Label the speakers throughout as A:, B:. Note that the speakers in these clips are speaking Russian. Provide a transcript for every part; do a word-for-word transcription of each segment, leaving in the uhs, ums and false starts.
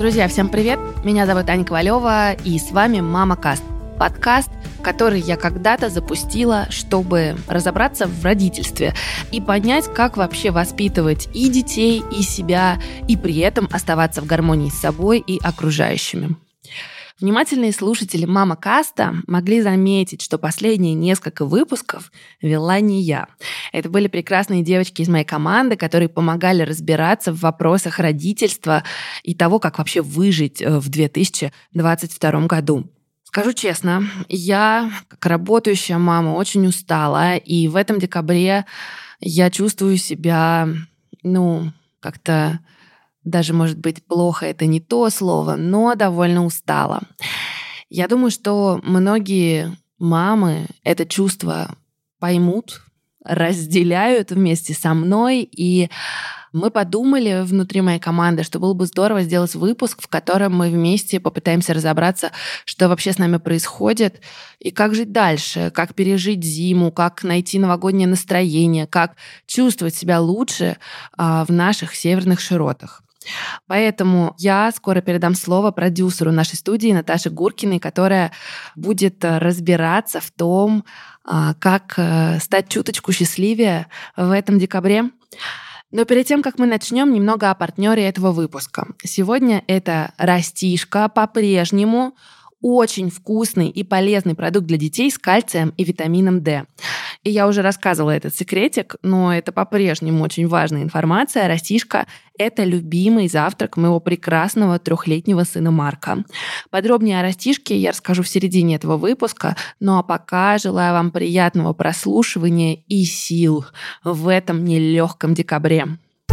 A: Друзья, всем привет! Меня зовут Аня Ковалева, и с вами «Мамакаст». Подкаст, который я когда-то запустила, чтобы разобраться в родительстве и понять, как вообще воспитывать и детей, и себя, и при этом оставаться в гармонии с собой и окружающими. Внимательные слушатели «Мамакаста» могли заметить, что последние несколько выпусков вела не я. Это были прекрасные девочки из моей команды, которые помогали разбираться в вопросах родительства и того, как вообще выжить в две тысячи двадцать втором году. Скажу честно, я, как работающая мама, очень устала, и в этом декабре я чувствую себя, ну, как-то... Даже, может быть, плохо — это не то слово, но довольно устала. Я думаю, что многие мамы это чувство поймут, разделяют вместе со мной, и мы подумали внутри моей команды, что было бы здорово сделать выпуск, в котором мы вместе попытаемся разобраться, что вообще с нами происходит, и как жить дальше, как пережить зиму, как найти новогоднее настроение, как чувствовать себя лучше а, в наших северных широтах. Поэтому я скоро передам слово продюсеру нашей студии Наташе Гуркиной, которая будет разбираться в том, как стать чуточку счастливее в этом декабре. Но перед тем, как мы начнем, немного о партнере этого выпуска. Сегодня это Растишка, по-прежнему очень вкусный и полезный продукт для детей с кальцием и витамином D. И я уже рассказывала этот секретик, но это по-прежнему очень важная информация. Растишка — это любимый завтрак моего прекрасного трехлетнего сына Марка. Подробнее о Растишке я расскажу в середине этого выпуска, ну а пока желаю вам приятного прослушивания и сил в этом нелегком декабре.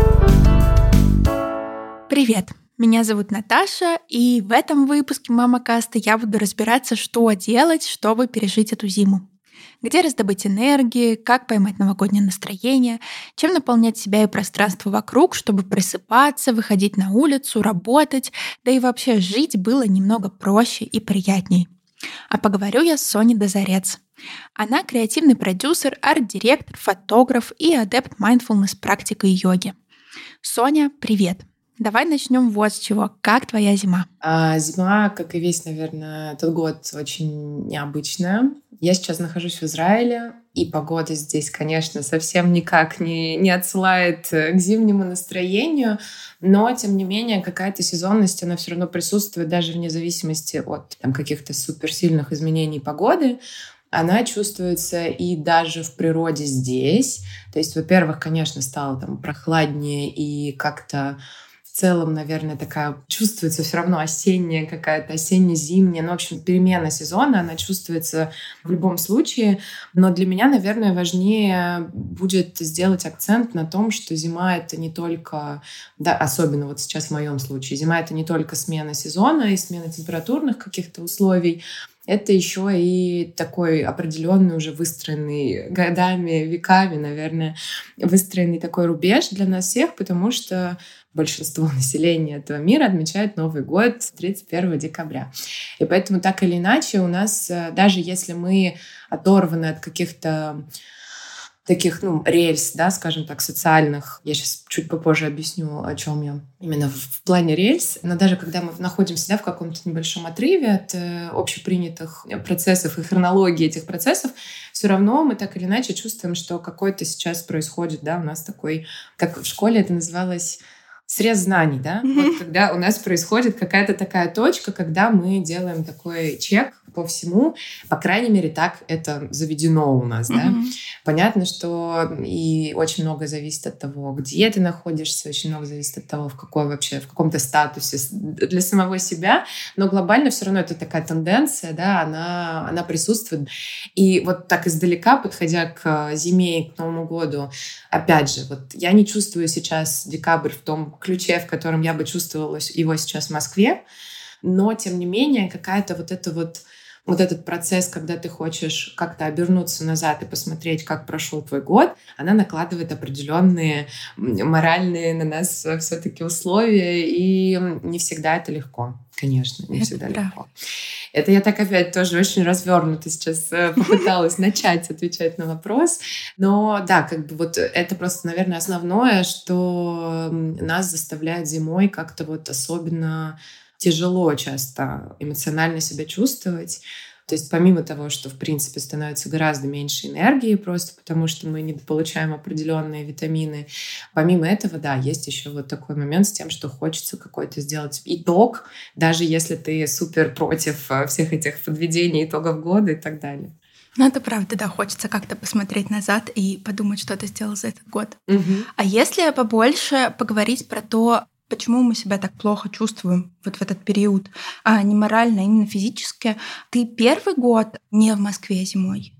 B: Привет! Меня зовут Наташа, и в этом выпуске «Мамакаста» я буду разбираться, что делать, чтобы пережить эту зиму. Где раздобыть энергии, как поймать новогоднее настроение, чем наполнять себя и пространство вокруг, чтобы просыпаться, выходить на улицу, работать, да и вообще жить было немного проще и приятней. А поговорю я с Соней Дозорец. Она креативный продюсер, арт-директор, фотограф и адепт mindfulness практики и йоги. Соня, привет! Давай начнем вот с чего. Как твоя зима?
C: А, зима, как и весь, наверное, этот год, очень необычная. Я сейчас нахожусь в Израиле, и погода здесь, конечно, совсем никак не, не отсылает к зимнему настроению, но, тем не менее, какая-то сезонность, она все равно присутствует даже вне зависимости от там, каких-то суперсильных изменений погоды. Она чувствуется и даже в природе здесь. То есть, во-первых, конечно, стало там прохладнее и как-то в целом, наверное, такая чувствуется все равно осенняя какая-то, осенне-зимняя. Ну, в общем, перемена сезона, она чувствуется в любом случае. Но для меня, наверное, важнее будет сделать акцент на том, что зима — это не только, да, особенно вот сейчас в моем случае, зима — это не только смена сезона и смена температурных каких-то условий, это еще и такой определенный, уже выстроенный годами, веками, наверное, выстроенный такой рубеж для нас всех, потому что большинство населения этого мира отмечает Новый год тридцать первого декабря. И поэтому так или иначе у нас, даже если мы оторваны от каких-то таких, ну, рельс, да, скажем так, социальных. Я сейчас чуть попозже объясню, о чем я именно в плане рельс. Но даже когда мы находимся, да, в каком-то небольшом отрыве от э, общепринятых процессов и хронологии этих процессов, все равно мы так или иначе чувствуем, что какой-то сейчас происходит, да, у нас такой, как в школе это называлось, срез знаний, да, mm-hmm. вот когда у нас происходит какая-то такая точка, когда мы делаем такой чек по всему, по крайней мере, так это заведено у нас, mm-hmm. да. Понятно, что и очень много зависит от того, где ты находишься, очень много зависит от того, в какой вообще, в каком-то статусе для самого себя, но глобально все равно это такая тенденция, да, она, она присутствует. И вот так издалека, подходя к зиме и к Новому году, опять же, вот я не чувствую сейчас декабрь в том ключе, в котором я бы чувствовала его сейчас в Москве, но, тем не менее, какая-то вот эта вот вот этот процесс, когда ты хочешь как-то обернуться назад и посмотреть, как прошел твой год, она накладывает определенные моральные на нас все-таки условия, и не всегда это легко. Конечно, не
B: это
C: всегда
B: правда.
C: легко. Это я так опять тоже очень развернуто сейчас попыталась начать отвечать на вопрос. Но да, как бы вот это просто, наверное, основное, что нас заставляет зимой как-то вот особенно тяжело часто эмоционально себя чувствовать. То есть помимо того, что, в принципе, становится гораздо меньше энергии, просто потому что мы не получаем определенные витамины, помимо этого, да, есть еще вот такой момент с тем, что хочется какой-то сделать итог, даже если ты супер против всех этих подведений итогов года и так далее.
B: Ну, это правда, да, хочется как-то посмотреть назад и подумать, что ты сделал за этот год.
C: Угу.
B: А если побольше поговорить про то, почему мы себя так плохо чувствуем вот в этот период, а не морально, а именно физически. Ты первый год не в Москве зимой?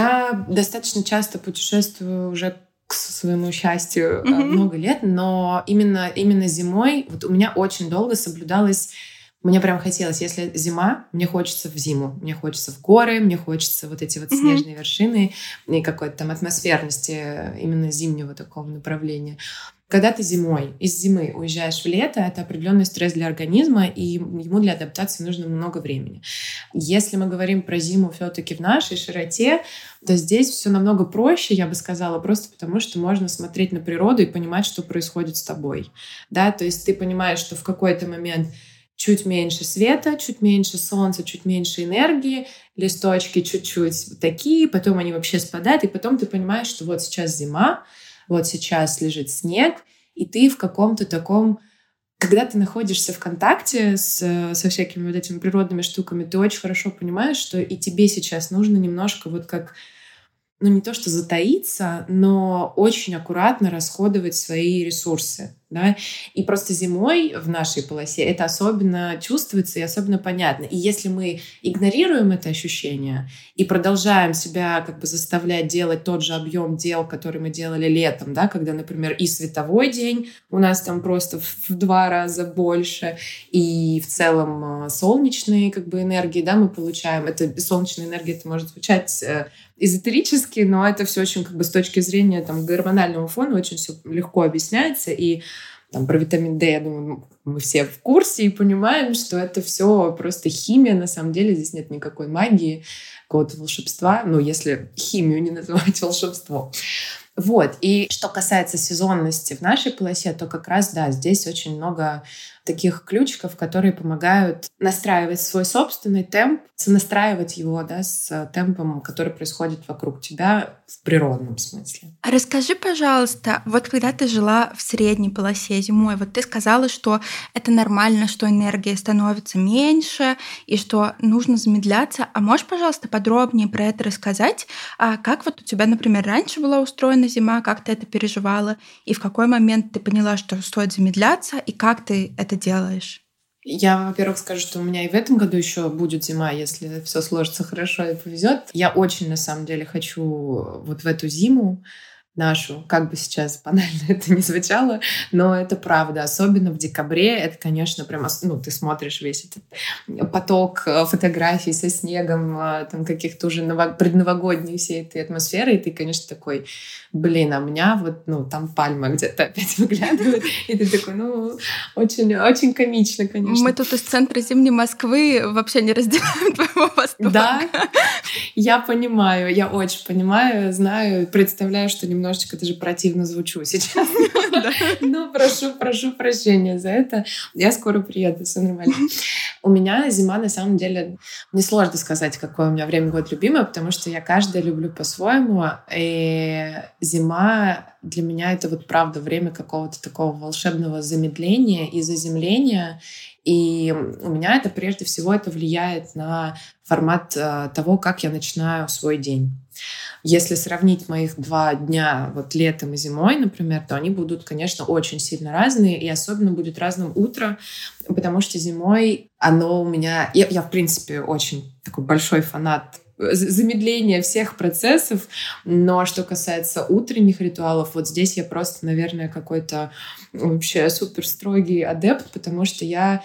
C: Я достаточно часто путешествую уже к своему счастью mm-hmm. много лет, но именно, именно зимой вот у меня очень долго соблюдалось. Мне прям хотелось, если зима, мне хочется в зиму, мне хочется в горы, мне хочется вот эти вот mm-hmm. снежные вершины и какой-то там атмосферности именно зимнего такого направления. Когда ты зимой, из зимы уезжаешь в лето, это определенный стресс для организма, и ему для адаптации нужно много времени. Если мы говорим про зиму все-таки в нашей широте, то здесь все намного проще, я бы сказала, просто потому что можно смотреть на природу и понимать, что происходит с тобой. Да? То есть ты понимаешь, что в какой-то момент чуть меньше света, чуть меньше солнца, чуть меньше энергии, листочки чуть-чуть такие, потом они вообще спадают, и потом ты понимаешь, что вот сейчас зима, вот сейчас лежит снег, и ты в каком-то таком... Когда ты находишься в контакте с, со всякими вот этими природными штуками, ты очень хорошо понимаешь, что и тебе сейчас нужно немножко вот как... Ну, не то что затаиться, но очень аккуратно расходовать свои ресурсы. Да? И просто зимой в нашей полосе это особенно чувствуется и особенно понятно. И если мы игнорируем это ощущение и продолжаем себя как бы заставлять делать тот же объем дел, который мы делали летом, да, когда, например, и световой день у нас там просто в два раза больше, и в целом солнечные как бы энергии, да, мы получаем. Это солнечная энергия, это может звучать эзотерически, но это все очень как бы с точки зрения там гормонального фона очень все легко объясняется. И там, про витамин D, я думаю, мы все в курсе и понимаем, что это все просто химия. На самом деле здесь нет никакой магии, какого-то волшебства. Ну, если химию не называть волшебством. Вот. И что касается сезонности в нашей полосе, то как раз, да, здесь очень много таких ключиков, которые помогают настраивать свой собственный темп, сонастраивать его, да, с темпом, который происходит вокруг тебя в природном смысле.
B: А расскажи, пожалуйста, вот когда ты жила в средней полосе зимой, вот ты сказала, что это нормально, что энергия становится меньше и что нужно замедляться. А можешь, пожалуйста, подробнее про это рассказать? А как вот у тебя, например, раньше была устроена зима, как ты это переживала, и в какой момент ты поняла, что стоит замедляться, и как ты это делаешь?
C: Я, во-первых, скажу, что у меня и в этом году еще будет зима, если все сложится хорошо и повезет. Я очень, на самом деле, хочу вот в эту зиму нашу, как бы сейчас банально это ни звучало, но это правда. Особенно в декабре это, конечно, прям... Ну, ты смотришь весь этот поток фотографий со снегом, там каких-то уже ново... предновогодней всей этой атмосферы, и ты, конечно, такой, блин, а у меня вот, ну, там пальма где-то опять выглядывает, и ты такой, ну, очень, очень комично, конечно.
B: Мы тут из центра зимней Москвы вообще не разделяем твоего восторга.
C: Да, я понимаю, я очень понимаю, знаю, представляю, что немного немножечко даже противно звучу сейчас. Ну, прошу, прошу прощения за это. Я скоро приеду, все нормально. У меня зима, на самом деле, несложно сказать, какое у меня время года любимое, потому что я каждое люблю по-своему. И зима для меня это вот правда время какого-то такого волшебного замедления и заземления. И у меня это прежде всего это влияет на формат э, того, как я начинаю свой день. Если сравнить моих два дня вот летом и зимой, например, то они будут, конечно, очень сильно разные, и особенно будет разным утро, потому что зимой оно у меня... Я, я в принципе, очень такой большой фанат замедления всех процессов, но что касается утренних ритуалов, вот здесь я просто, наверное, какой-то вообще супер строгий адепт, потому что я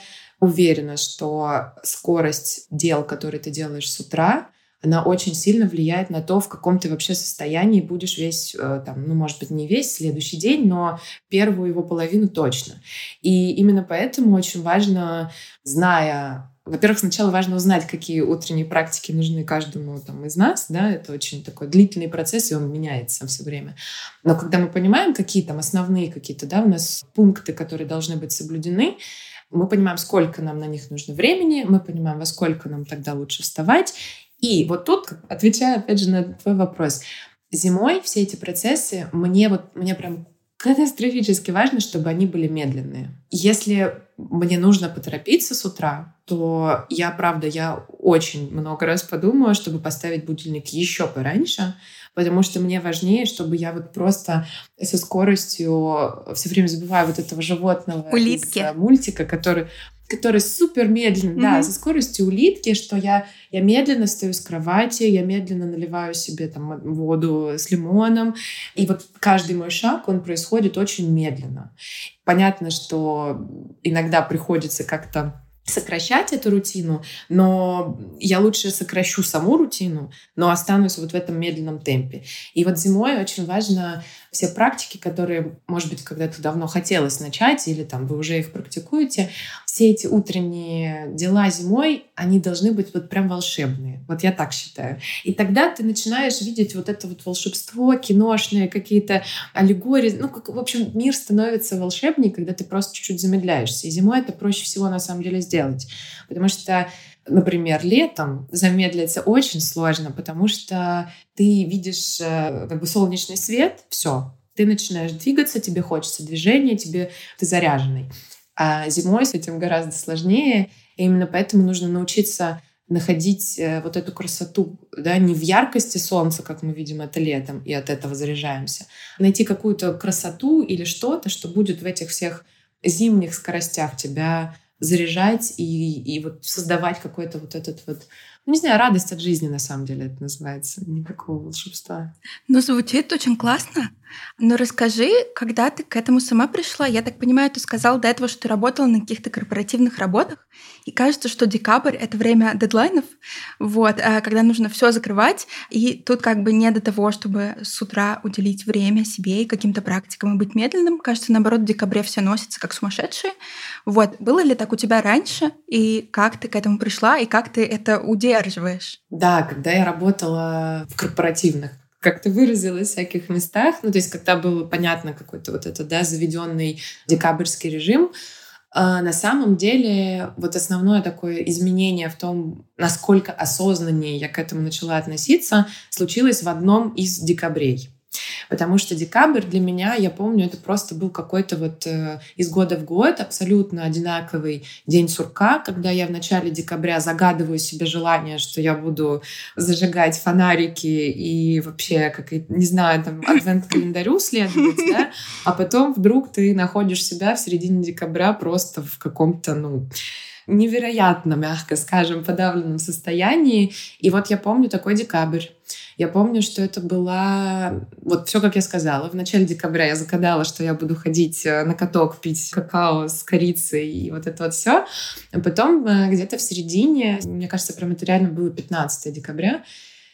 C: уверена, что скорость дел, которые ты делаешь с утра, она очень сильно влияет на то, в каком ты вообще состоянии будешь весь, там, ну, может быть, не весь следующий день, но первую его половину точно. И именно поэтому очень важно, зная... Во-первых, сначала важно узнать, какие утренние практики нужны каждому там, из нас. Да? Это очень такой длительный процесс, и он меняется все время. Но когда мы понимаем, какие там основные какие-то да, у нас пункты, которые должны быть соблюдены, мы понимаем, сколько нам на них нужно времени, мы понимаем, во сколько нам тогда лучше вставать. И вот тут, отвечая опять же на твой вопрос, зимой все эти процессы, мне вот мне прям катастрофически важно, чтобы они были медленные. Если мне нужно поторопиться с утра, то я, правда, я очень много раз подумаю, чтобы поставить будильник еще пораньше, потому что мне важнее, чтобы я вот просто со скоростью все время забываю вот этого животного
B: улитки
C: из мультика, который... который супер медленно, mm-hmm. да, со скоростью улитки, что я, я медленно стою с кровати, я медленно наливаю себе там воду с лимоном, и вот каждый мой шаг, он происходит очень медленно. Понятно, что иногда приходится как-то сокращать эту рутину, но я лучше сокращу саму рутину, но останусь вот в этом медленном темпе. И вот зимой очень важно все практики, которые, может быть, когда-то давно хотелось начать, или там вы уже их практикуете, все эти утренние дела зимой, они должны быть вот прям волшебные. Вот я так считаю. И тогда ты начинаешь видеть вот это вот волшебство, киношные какие-то аллегории. Ну, как, в общем, мир становится волшебнее, когда ты просто чуть-чуть замедляешься. И зимой это проще всего на самом деле сделать. Потому что, например, летом замедлиться очень сложно, потому что ты видишь как бы солнечный свет, все, ты начинаешь двигаться, тебе хочется движения, тебе ты заряженный. А зимой с этим гораздо сложнее, и именно поэтому нужно научиться находить вот эту красоту, да, не в яркости солнца, как мы видим это летом, и от этого заряжаемся, найти какую-то красоту или что-то, что будет в этих всех зимних скоростях тебя заряжать и, и вот создавать какой-то вот этот вот, ну, не знаю, радость от жизни, на самом деле это называется, никакого волшебства.
B: Ну, звучит очень классно. Но расскажи, когда ты к этому сама пришла? Я так понимаю, ты сказала до этого, что ты работала на каких-то корпоративных работах, и кажется, что декабрь — это время дедлайнов, вот, когда нужно все закрывать, и тут как бы не до того, чтобы с утра уделить время себе и каким-то практикам и быть медленным. Кажется, наоборот, в декабре все носятся как сумасшедшие. Вот, было ли так у тебя раньше, и как ты к этому пришла, и как ты это удерживаешь?
C: Да, когда я работала в корпоративных, как ты выразилась, в всяких местах, ну, то есть когда было понятно какой-то вот этот, да, заведенный декабрьский режим, э, на самом деле вот основное такое изменение в том, насколько осознаннее я к этому начала относиться, случилось в одном из декабрей. Потому что декабрь для меня, я помню, это просто был какой-то вот э, из года в год абсолютно одинаковый день сурка, когда я в начале декабря загадываю себе желание, что я буду зажигать фонарики и вообще, как, не знаю, там, адвент-календарю следовать, да, а потом вдруг ты находишь себя в середине декабря просто в каком-то, ну, невероятно, мягко скажем, подавленном состоянии. И вот я помню такой декабрь. Я помню, что это была... Вот все, как я сказала. В начале декабря я загадала, что я буду ходить на каток, пить какао с корицей и вот это вот все. А потом где-то в середине, мне кажется, прям это реально было пятнадцатое декабря,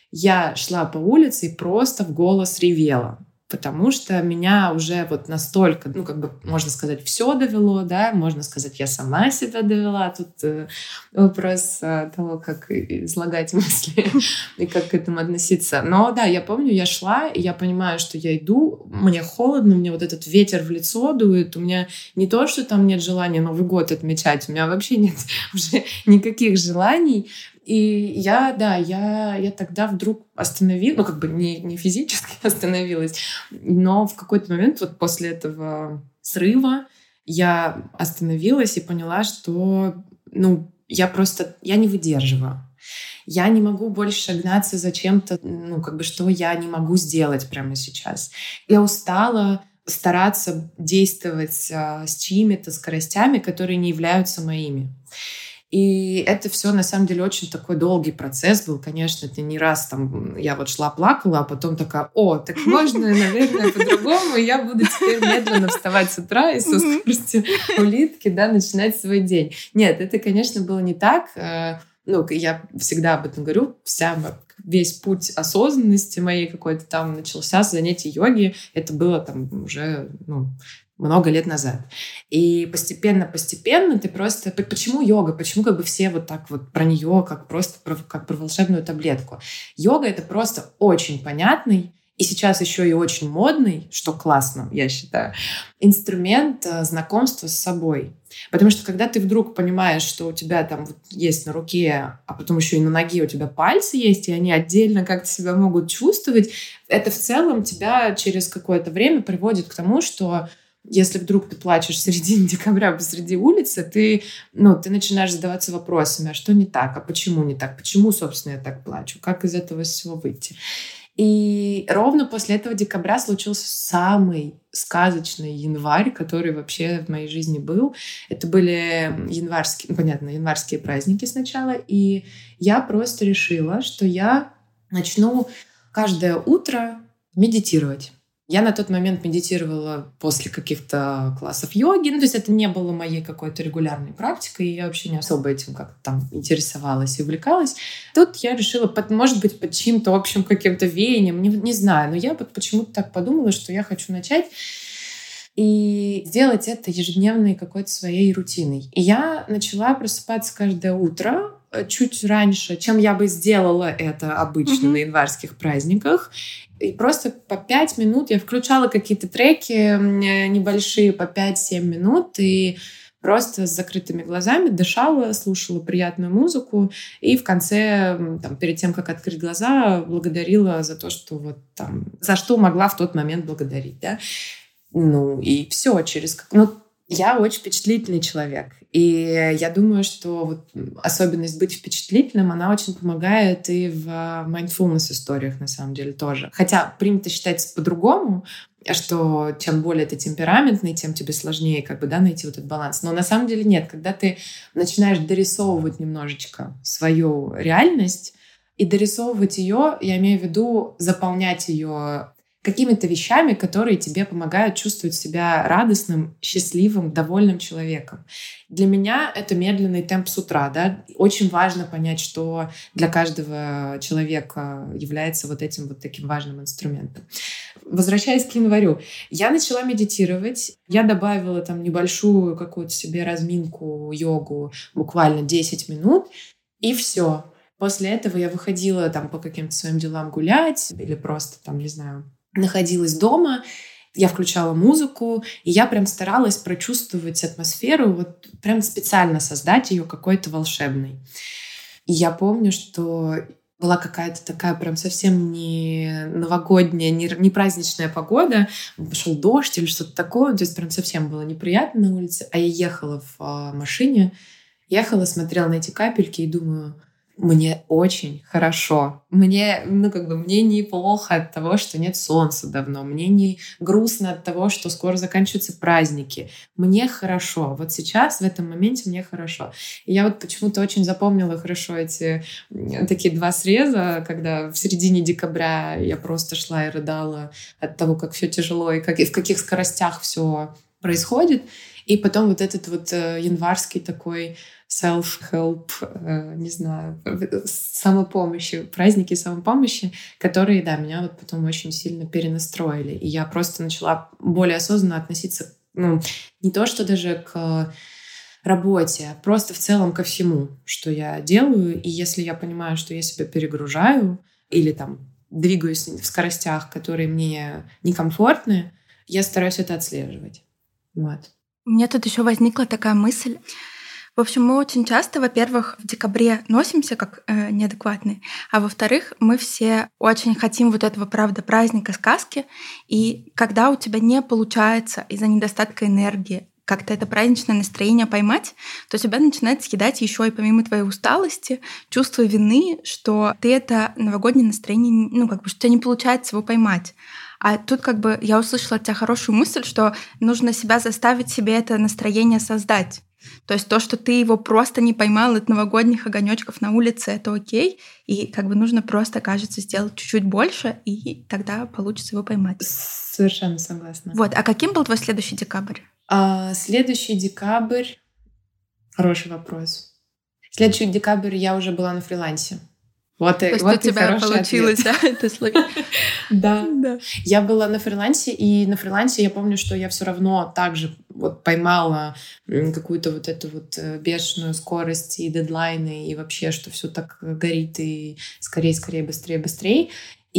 C: я шла по улице и просто в голос ревела. Потому что меня уже вот настолько, ну, как бы, можно сказать, все довело, да, можно сказать, я сама себя довела. Тут э, вопрос э, того, как излагать мысли и как к этому относиться. Но да, я помню, я шла, и я понимаю, что я иду, мне холодно, мне вот этот ветер в лицо дует, у меня не то, что там нет желания Новый год отмечать, у меня вообще нет уже никаких желаний. И я, да, я, я тогда вдруг остановилась, ну, как бы не, не физически остановилась, но в какой-то момент вот после этого срыва я остановилась и поняла, что, ну, я просто, я не выдерживаю. Я не могу больше гнаться за чем-то, ну, как бы, что я не могу сделать прямо сейчас. Я устала стараться действовать а, с чьими-то скоростями, которые не являются моими. И это все на самом деле очень такой долгий процесс был. Конечно, это не раз там я вот шла, плакала, а потом такая: о, так можно, наверное, по-другому. И я буду теперь медленно вставать с утра и со скоростью улитки, да, начинать свой день. Нет, это, конечно, было не так. Ну, я всегда об этом говорю. Вся, весь путь осознанности моей какой-то там начался с занятий йоги. Это было там уже, ну, много лет назад. И постепенно-постепенно ты просто... Почему йога? Почему как бы все вот так вот про нее, как просто про, как про волшебную таблетку? Йога — это просто очень понятный и сейчас еще и очень модный, что классно, я считаю, инструмент знакомства с собой. Потому что когда ты вдруг понимаешь, что у тебя там вот есть на руке, а потом еще и на ноге у тебя пальцы есть, и они отдельно как-то себя могут чувствовать, это в целом тебя через какое-то время приводит к тому, что если вдруг ты плачешь в середине декабря посреди улицы, ты, ну, ты начинаешь задаваться вопросами: а что не так, а почему не так, почему, собственно, я так плачу, как из этого всего выйти. И ровно после этого декабря случился самый сказочный январь, который вообще в моей жизни был. Это были январские, ну, понятно, январские праздники сначала, и я просто решила, что я начну каждое утро медитировать. Я на тот момент медитировала после каких-то классов йоги. Ну, то есть это не было моей какой-то регулярной практикой, и я вообще не особо этим как-то там интересовалась и увлекалась. Тут я решила, под, может быть, под чьим-то общим каким-то веянием, не, не знаю, но я вот почему-то так подумала, что я хочу начать и сделать это ежедневной какой-то своей рутиной. И я начала просыпаться каждое утро чуть раньше, чем я бы сделала это обычно mm-hmm. на январских праздниках. И просто по пять минут я включала какие-то треки небольшие, по пять-семь минут, и просто с закрытыми глазами дышала, слушала приятную музыку, и в конце, там, перед тем, как открыть глаза, благодарила за то, что вот там, за что могла в тот момент благодарить, да. Ну, и все, через... Ну, я очень впечатлительный человек. И я думаю, что вот особенность быть впечатлительным, она очень помогает и в mindfulness историях на самом деле тоже. Хотя принято считать по-другому, что чем более ты темпераментный, тем тебе сложнее как бы, да, найти вот этот баланс. Но на самом деле нет. Когда ты начинаешь дорисовывать немножечко свою реальность, и дорисовывать ее, я имею в виду заполнять ее какими-то вещами, которые тебе помогают чувствовать себя радостным, счастливым, довольным человеком. Для меня это медленный темп с утра. Да? Очень важно понять, что для каждого человека является вот этим вот таким важным инструментом. Возвращаясь к январю, я начала медитировать. Я добавила там небольшую какую-то себе разминку, йогу, буквально десять минут, и все. После этого я выходила там по каким-то своим делам гулять или просто там, не знаю, находилась дома, я включала музыку, и я прям старалась прочувствовать атмосферу, вот прям специально создать ее какой-то волшебной. И я помню, что была какая-то такая прям совсем не новогодняя, не, не праздничная погода, пошел дождь или что-то такое, то есть прям совсем было неприятно на улице, а я ехала в а, машине, ехала, смотрела на эти капельки и думаю: мне очень хорошо. Мне, ну, как бы, мне неплохо от того, что нет солнца давно. Мне не грустно от того, что скоро заканчиваются праздники. Мне хорошо. Вот сейчас, в этом моменте, мне хорошо. И я вот почему-то очень запомнила хорошо эти такие два среза, когда в середине декабря я просто шла и рыдала от того, как все тяжело и, как, и в каких скоростях все происходит. И потом вот этот вот январский такой self-help, э, не знаю, самопомощи, праздники самопомощи, которые, да, меня вот потом очень сильно перенастроили. И я просто начала более осознанно относиться, ну, не то что даже к работе, а просто в целом ко всему, что я делаю. И если я понимаю, что я себя перегружаю или там двигаюсь в скоростях, которые мне некомфортны, я стараюсь это отслеживать. Вот.
B: У меня тут еще возникла такая мысль. В общем, мы очень часто, во-первых, в декабре носимся как э, неадекватные, а во-вторых, мы все очень хотим вот этого, правда, праздника, сказки, и когда у тебя не получается из-за недостатка энергии как-то это праздничное настроение поймать, то тебя начинает съедать еще и помимо твоей усталости чувство вины, что ты это новогоднее настроение, ну как бы, что у тебя не получается его поймать. А тут как бы я услышала от тебя хорошую мысль, что нужно себя заставить себе это настроение создать. То есть то, что ты его просто не поймал от новогодних огонечков на улице, это окей, и как бы нужно просто, кажется, сделать чуть-чуть больше, и тогда получится его поймать.
C: Совершенно согласна.
B: Вот, а каким был твой следующий декабрь?
C: А, следующий декабрь... Хороший вопрос. Следующий декабрь я уже была на фрилансе. Вот,
B: То есть
C: вот
B: у тебя получилось, да, это словить?
C: Да. Я была на фрилансе, и на фрилансе я помню, что я все равно также вот поймала какую-то вот эту вот бешеную скорость и дедлайны, и вообще, что все так горит, и скорее, скорее, быстрее, быстрее.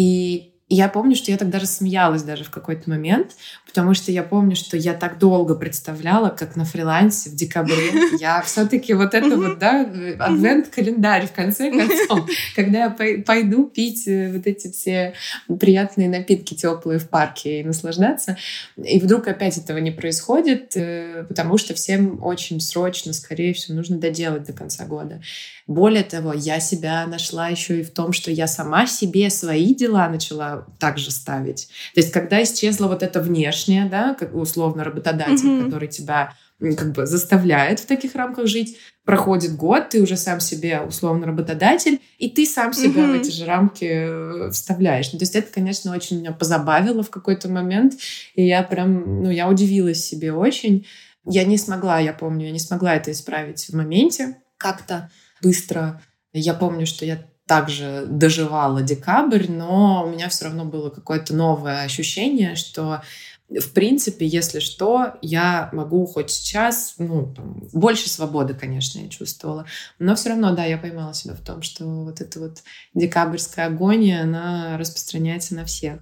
C: И я помню, что я тогда рассмеялась даже в какой-то момент, потому что я помню, что я так долго представляла, как на фрилансе в декабре я все-таки вот это вот, да, адвент-календарь в конце концов, когда я пойду пить вот эти все приятные напитки теплые в парке и наслаждаться, и вдруг опять этого не происходит, потому что всем очень срочно, скорее всего, нужно доделать до конца года. Более того, я себя нашла еще и в том, что я сама себе свои дела начала также ставить. То есть, когда исчезла вот это внешнее, да, как условно работодатель, mm-hmm. который тебя как бы заставляет в таких рамках жить, проходит год, ты уже сам себе условно работодатель, и ты сам себя mm-hmm. в эти же рамки вставляешь. Ну, то есть это, конечно, очень меня позабавило в какой-то момент, и я прям, ну, я удивилась себе очень. Я не смогла, я помню, я не смогла это исправить в моменте как-то быстро. Я помню, что я также доживала декабрь, но у меня все равно было какое-то новое ощущение, что, в принципе, если что, я могу хоть сейчас, ну, там, больше свободы, конечно, я чувствовала, но все равно, да, я поймала себя в том, что вот эта вот декабрьская агония, она распространяется на всех.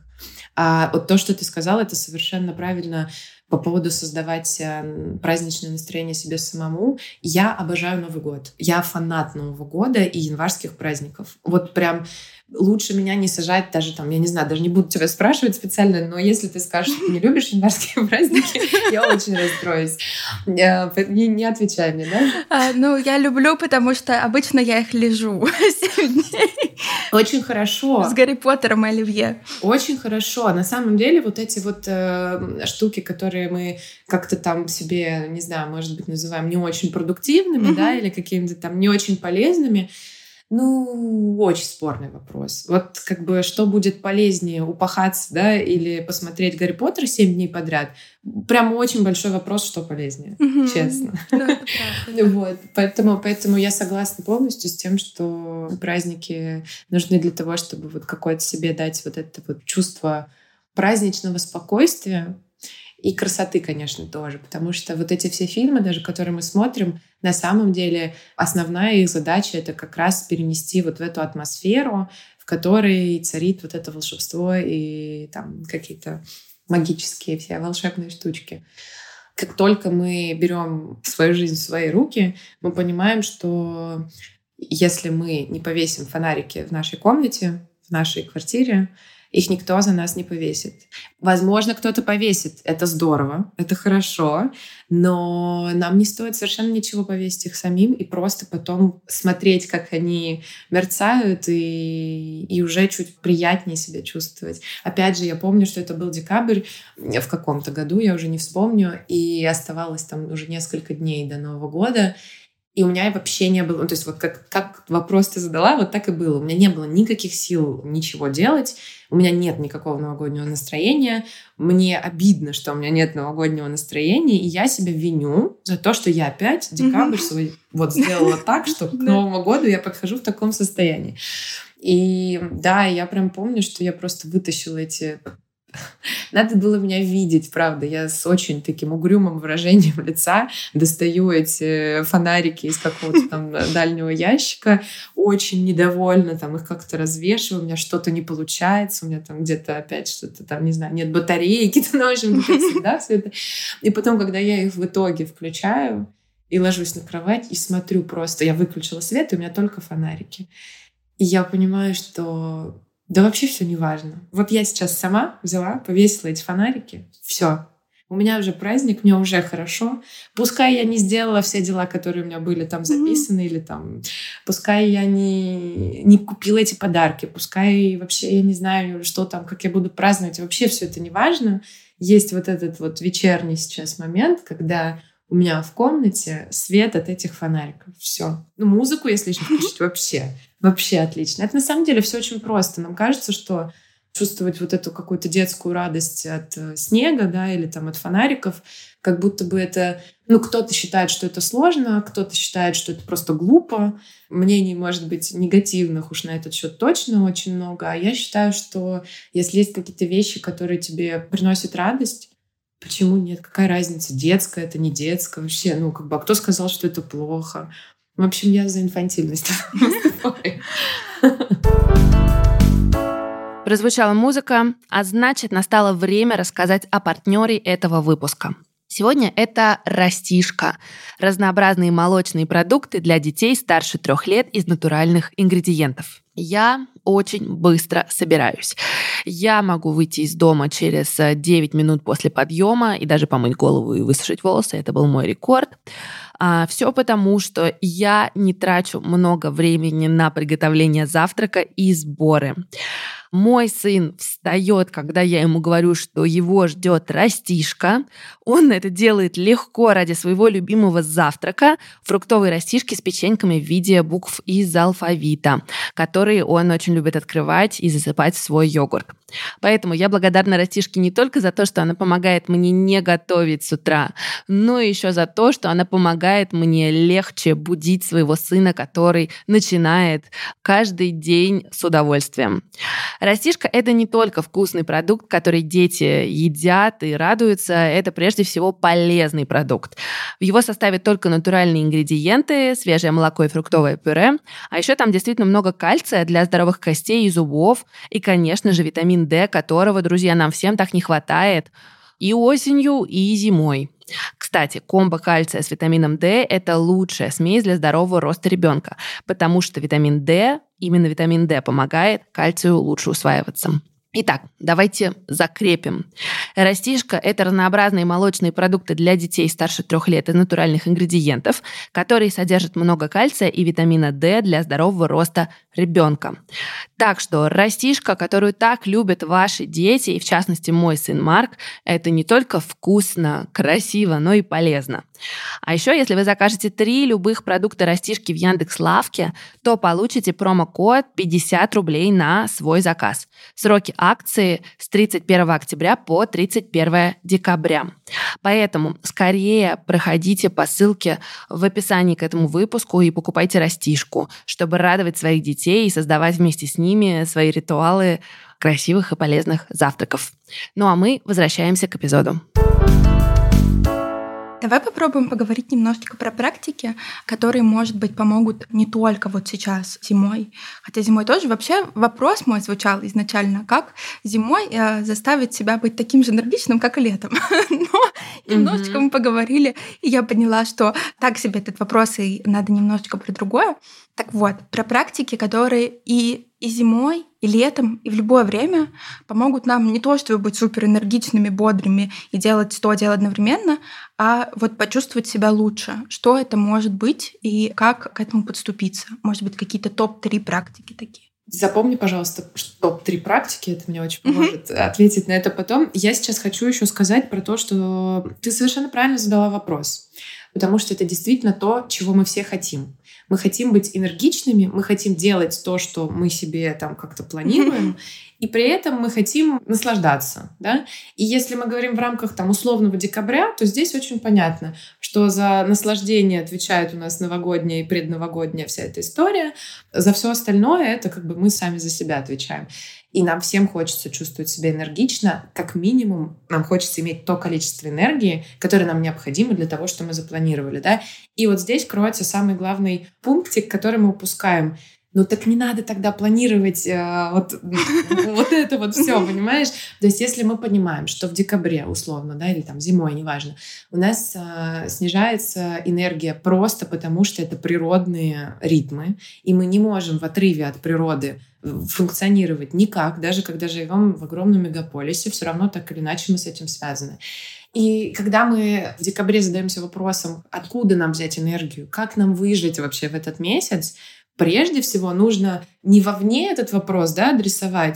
C: А вот то, что ты сказала, это совершенно правильно по поводу создавать праздничное настроение себе самому. Я обожаю Новый год. Я фанат Нового года и январских праздников. Вот прям лучше меня не сажать даже там, я не знаю, даже не буду тебя спрашивать специально, но если ты скажешь, что ты не любишь январские праздники, я очень расстроюсь. Не, не отвечай мне, да?
B: А, ну, я люблю, потому что обычно я их лежу семь дней.
C: Очень хорошо.
B: С Гарри Поттером и Оливье.
C: Очень хорошо. На самом деле вот эти вот э, штуки, которые мы как-то там себе, не знаю, может быть, называем не очень продуктивными, mm-hmm. да, или какими-то там не очень полезными, ну, очень спорный вопрос. Вот как бы что будет полезнее, упахаться, да, или посмотреть Гарри Поттер семь дней подряд? Прям очень большой вопрос, что полезнее, mm-hmm. честно.
B: Да, это правда.
C: Вот. Поэтому, поэтому я согласна полностью с тем, что праздники нужны для того, чтобы вот какое-то себе дать вот это вот чувство праздничного спокойствия. И красоты, конечно, тоже. Потому что вот эти все фильмы, даже которые мы смотрим, на самом деле основная их задача — это как раз перенести вот в эту атмосферу, в которой царит вот это волшебство и там какие-то магические все волшебные штучки. Как только мы берем свою жизнь в свои руки, мы понимаем, что если мы не повесим фонарики в нашей комнате, в нашей квартире, их никто за нас не повесит. Возможно, кто-то повесит. Это здорово, это хорошо, но нам не стоит совершенно ничего повесить их самим и просто потом смотреть, как они мерцают, и, и уже чуть приятнее себя чувствовать. Опять же, я помню, что это был декабрь в каком-то году, я уже не вспомню, и оставалось там уже несколько дней до Нового года, и у меня вообще не было... Ну, то есть вот как, как вопрос ты задала, вот так и было. У меня не было никаких сил ничего делать. У меня нет никакого новогоднего настроения. Мне обидно, что у меня нет новогоднего настроения. И я себя виню за то, что я опять декабрь свой вот сделала так, что к Новому году я подхожу в таком состоянии. И да, я прям помню, что я просто вытащила эти... Надо было меня видеть, правда. Я с очень таким угрюмым выражением лица достаю эти фонарики из какого-то там дальнего ящика, очень недовольна, там их как-то развешиваю, у меня что-то не получается, у меня там где-то опять что-то там, не знаю, нет батарейки, ну, в общем, как всегда все это. И потом, когда я их в итоге включаю и ложусь на кровать и смотрю просто, я выключила свет, и у меня только фонарики. И я понимаю, что да вообще все не важно. Вот я сейчас сама взяла, повесила эти фонарики. Все. У меня уже праздник, мне уже хорошо. Пускай я не сделала все дела, которые у меня были там записаны, mm-hmm. или там... Пускай я не, не купила эти подарки. Пускай вообще я не знаю, что там, как я буду праздновать. Вообще все это не важно. Есть вот этот вот вечерний сейчас момент, когда у меня в комнате свет от этих фонариков. Все. Ну, музыку, если еще включить, вообще. Вообще отлично. Это на самом деле все очень просто. Нам кажется, что чувствовать вот эту какую-то детскую радость от снега, да, или там от фонариков, как будто бы это... Ну, кто-то считает, что это сложно, кто-то считает, что это просто глупо. Мнений, может быть, негативных уж на этот счет точно очень много. А я считаю, что если есть какие-то вещи, которые тебе приносят радость, почему нет? Какая разница? Детское это, не детское? Вообще, ну, как бы, а кто сказал, что это плохо? В общем, я за инфантильность.
A: Прозвучала музыка, а значит, настало время рассказать о партнере этого выпуска. Сегодня это растишка – разнообразные молочные продукты для детей старше трех лет из натуральных ингредиентов. Я очень быстро собираюсь. Я могу выйти из дома через девять минут после подъема и даже помыть голову и высушить волосы. Это был мой рекорд. А, все потому, что я не трачу много времени на приготовление завтрака и сборы. Мой сын встает, когда я ему говорю, что его ждет растишка. Он это делает легко ради своего любимого завтрака – фруктовые растишки с печеньками в виде букв из алфавита, которые он очень любит открывать и засыпать в свой йогурт. Поэтому я благодарна растишке не только за то, что она помогает мне не готовить с утра, но еще за то, что она помогает мне легче будить своего сына, который начинает каждый день с удовольствием. Растишка – это не только вкусный продукт, который дети едят и радуются, это прежде всего полезный продукт. В его составе только натуральные ингредиенты, свежее молоко и фруктовое пюре, а еще там действительно много кальция для здоровых костей и зубов, и, конечно же, витамин D, которого, друзья, нам всем так не хватает и осенью, и зимой. Кстати, комбо кальция с витамином D – это лучшая смесь для здорового роста ребенка, потому что витамин D, именно витамин D помогает кальцию лучше усваиваться. Итак, давайте закрепим. Растишка – это разнообразные молочные продукты для детей старше трех лет из натуральных ингредиентов, которые содержат много кальция и витамина D для здорового роста ребенка. Так что растишка, которую так любят ваши дети, и в частности мой сын Марк, это не только вкусно, красиво, но и полезно. А еще, если вы закажете три любых продукта растишки в Яндекс.Лавке, то получите промокод пятьдесят рублей на свой заказ. Сроки акции с тридцать первого октября по тридцать первого декабря. Поэтому скорее проходите по ссылке в описании к этому выпуску и покупайте растишку, чтобы радовать своих детей и создавать вместе с ними свои ритуалы красивых и полезных завтраков. Ну а мы возвращаемся к эпизоду.
B: Давай попробуем поговорить немножечко про практики, которые, может быть, помогут не только вот сейчас зимой. Хотя зимой тоже вообще вопрос мой звучал изначально, как зимой э, заставить себя быть таким же энергичным, как и летом. Но немножечко мы поговорили, и я поняла, что так себе этот вопрос, и надо немножечко про другое. Так вот, про практики, которые и и зимой, и летом, и в любое время помогут нам не то, чтобы быть суперэнергичными, бодрыми и делать сто дел одновременно, а вот почувствовать себя лучше. Что это может быть и как к этому подступиться? Может быть, какие-то топ-три практики такие?
C: Запомни, пожалуйста, топ-три практики. Это мне очень поможет mm-hmm. ответить на это потом. Я сейчас хочу еще сказать про то, что ты совершенно правильно задала вопрос. Потому что это действительно то, чего мы все хотим. Мы хотим быть энергичными, мы хотим делать то, что мы себе там как-то планируем, mm-hmm. и при этом мы хотим наслаждаться. Да? И если мы говорим в рамках там, условного декабря, то здесь очень понятно, что за наслаждение отвечает у нас новогодняя и предновогодняя вся эта история. За все остальное это как бы мы сами за себя отвечаем. И нам всем хочется чувствовать себя энергично. Как минимум, нам хочется иметь то количество энергии, которое нам необходимо для того, что мы запланировали. Да? И вот здесь кроется самый главный пунктик, который мы упускаем. Ну так не надо тогда планировать э, вот, вот это вот все, понимаешь? То есть если мы понимаем, что в декабре условно, да, или там зимой, неважно, у нас э, снижается энергия просто потому, что это природные ритмы, и мы не можем в отрыве от природы функционировать никак, даже когда живем в огромном мегаполисе, все равно так или иначе мы с этим связаны. И когда мы в декабре задаемся вопросом, откуда нам взять энергию, как нам выжить вообще в этот месяц, прежде всего нужно не вовне этот вопрос, да, адресовать,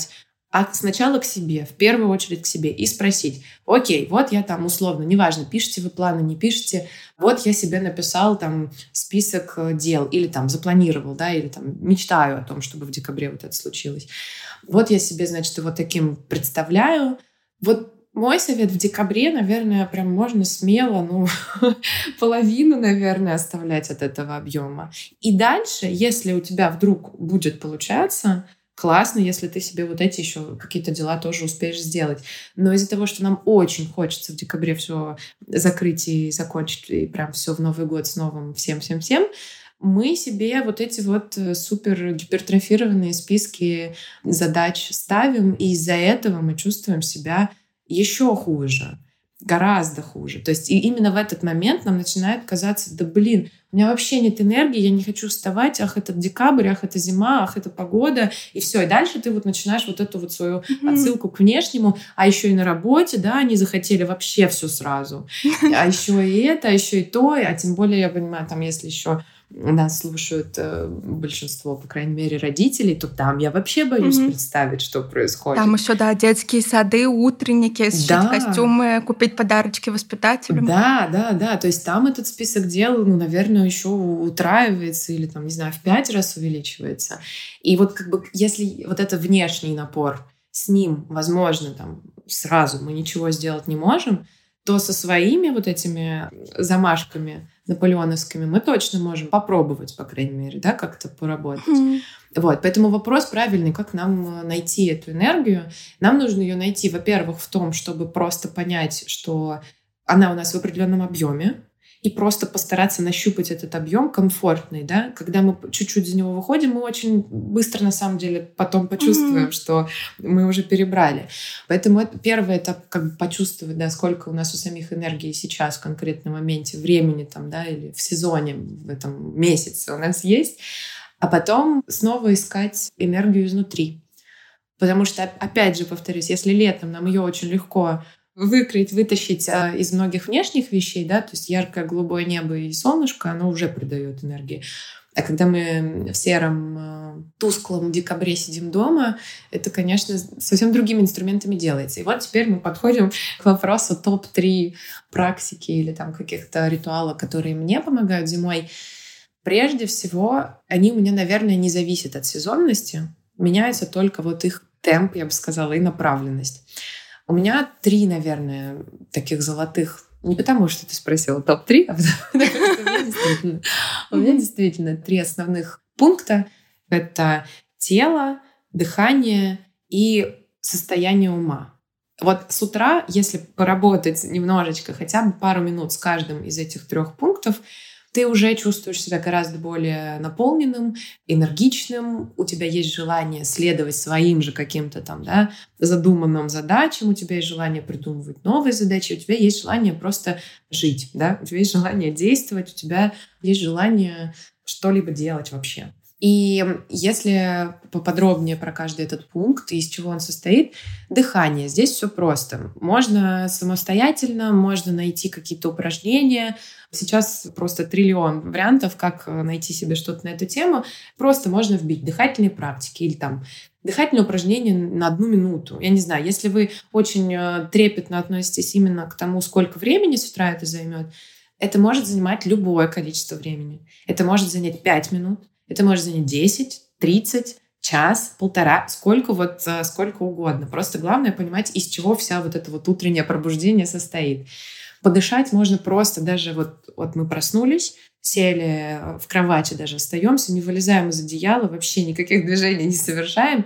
C: а сначала к себе, в первую очередь к себе, и спросить: окей, вот я там условно, неважно, пишете вы планы, не пишете, вот я себе написал там список дел, или там запланировал, да, или там мечтаю о том, чтобы в декабре вот это случилось. Вот я себе, значит, его таким представляю. Вот мой совет: в декабре, наверное, прям можно смело, ну, половину, наверное, оставлять от этого объема. И дальше, если у тебя вдруг будет получаться, классно, если ты себе вот эти еще какие-то дела тоже успеешь сделать. Но из-за того, что нам очень хочется в декабре все закрыть и закончить, и прям все в Новый год с новым всем-всем-всем, мы себе вот эти вот супер гипертрофированные списки задач ставим, и из-за этого мы чувствуем себя еще хуже, гораздо хуже. То есть и именно в этот момент нам начинает казаться: да блин, у меня вообще нет энергии, я не хочу вставать, ах, это декабрь, ах, это зима, ах, это погода, и все. И дальше ты вот начинаешь вот эту вот свою mm-hmm. отсылку к внешнему, а еще и на работе, да, они захотели вообще все сразу. А еще и это, а еще и то, а тем более, я понимаю, там, если еще нас слушают э, большинство, по крайней мере, родителей, то там я вообще боюсь mm-hmm. представить, что происходит.
B: Там еще, да, детские сады, утренники, сшить да. костюмы, купить подарочки воспитателям.
C: Да, да, да. То есть там этот список дел, ну, наверное, еще утраивается или, там, не знаю, в пять раз увеличивается. И вот как бы если вот это внешний напор, с ним, возможно, там сразу мы ничего сделать не можем, то со своими вот этими замашками наполеоновскими мы точно можем попробовать, по крайней мере, да, как-то поработать. Mm. Вот, поэтому вопрос правильный: как нам найти эту энергию? Нам нужно ее найти, во-первых, в том, чтобы просто понять, что она у нас в определенном объеме, и просто постараться нащупать этот объем комфортный, да. Когда мы чуть-чуть за него выходим, мы очень быстро, на самом деле, потом почувствуем, mm-hmm. что мы уже перебрали. Поэтому это первый этап, как бы почувствовать, да, сколько у нас у самих энергии сейчас в конкретном моменте времени там, да, или в сезоне, в этом месяце у нас есть, а потом снова искать энергию изнутри. Потому что, опять же, повторюсь, если летом нам ее очень легко выкрыть, вытащить а, из многих внешних вещей, да, то есть яркое голубое небо и солнышко, оно уже придает энергии. А когда мы в сером, тусклом декабре сидим дома, это, конечно, совсем другими инструментами делается. И вот теперь мы подходим к вопросу топ три практики или там каких-то ритуалов, которые мне помогают зимой. Прежде всего, они у меня, наверное, не зависят от сезонности. Меняется только вот их темп, я бы сказала, и направленность. У меня три, наверное, таких золотых. Не потому, что ты спросила топ три, а потому что у меня действительно, у меня действительно три основных пункта. Это тело, дыхание и состояние ума. Вот с утра, если поработать немножечко, хотя бы пару минут с каждым из этих трех пунктов, ты уже чувствуешь себя гораздо более наполненным, энергичным, у тебя есть желание следовать своим же каким-то там, да, задуманным задачам, у тебя есть желание придумывать новые задачи, у тебя есть желание просто жить, да, у тебя есть желание действовать, у тебя есть желание что-либо делать вообще. И если поподробнее про каждый этот пункт и из чего он состоит, дыхание. Здесь все просто. Можно самостоятельно, можно найти какие-то упражнения. Сейчас просто триллион вариантов, как найти себе что-то на эту тему. Просто можно вбить дыхательные практики или там дыхательные упражнения на одну минуту. Я не знаю, если вы очень трепетно относитесь именно к тому, сколько времени с утра это займет, это может занимать любое количество времени. Это может занять пять минут. Это может занять десять, тридцать, час, полтора, сколько вот, сколько угодно. Просто главное понимать, из чего вся вот это вот утреннее пробуждение состоит. Подышать можно просто даже вот, вот мы проснулись, сели в кровати, даже остаемся, не вылезаем из одеяла, вообще никаких движений не совершаем.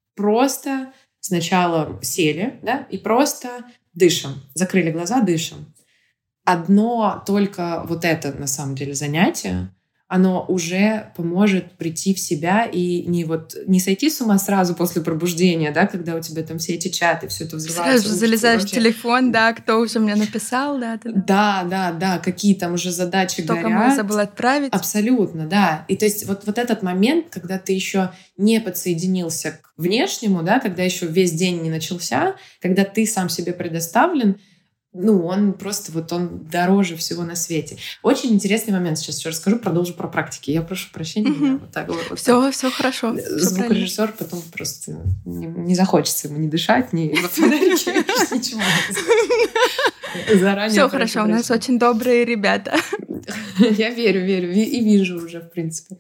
C: Просто сначала сели, да, и просто дышим. Закрыли глаза, дышим. Одно только вот это, на самом деле, занятие, оно уже поможет прийти в себя и не, вот, не сойти с ума сразу после пробуждения, да, когда у тебя там все эти чаты, все это взрывается.
B: Сразу залезаешь в телефон, да, кто уже мне написал, да.
C: Да, да, да, да, какие там уже задачи
B: Кто
C: горят.
B: Кто кому забыл отправить.
C: Абсолютно, да. И то есть вот, вот этот момент, когда ты еще не подсоединился к внешнему, да, когда еще весь день не начался, когда ты сам себе предоставлен, ну, он просто вот он дороже всего на свете. Очень интересный момент сейчас еще расскажу, продолжу про практики. Я прошу прощения.
B: Угу.
C: Вот так, вот
B: все,
C: так.
B: все хорошо.
C: Звукорежиссер потом просто не, не захочется ему ни дышать, ни ничего. Заранее.
B: Все хорошо, у нас очень добрые ребята.
C: Я верю, верю и вижу уже, в принципе.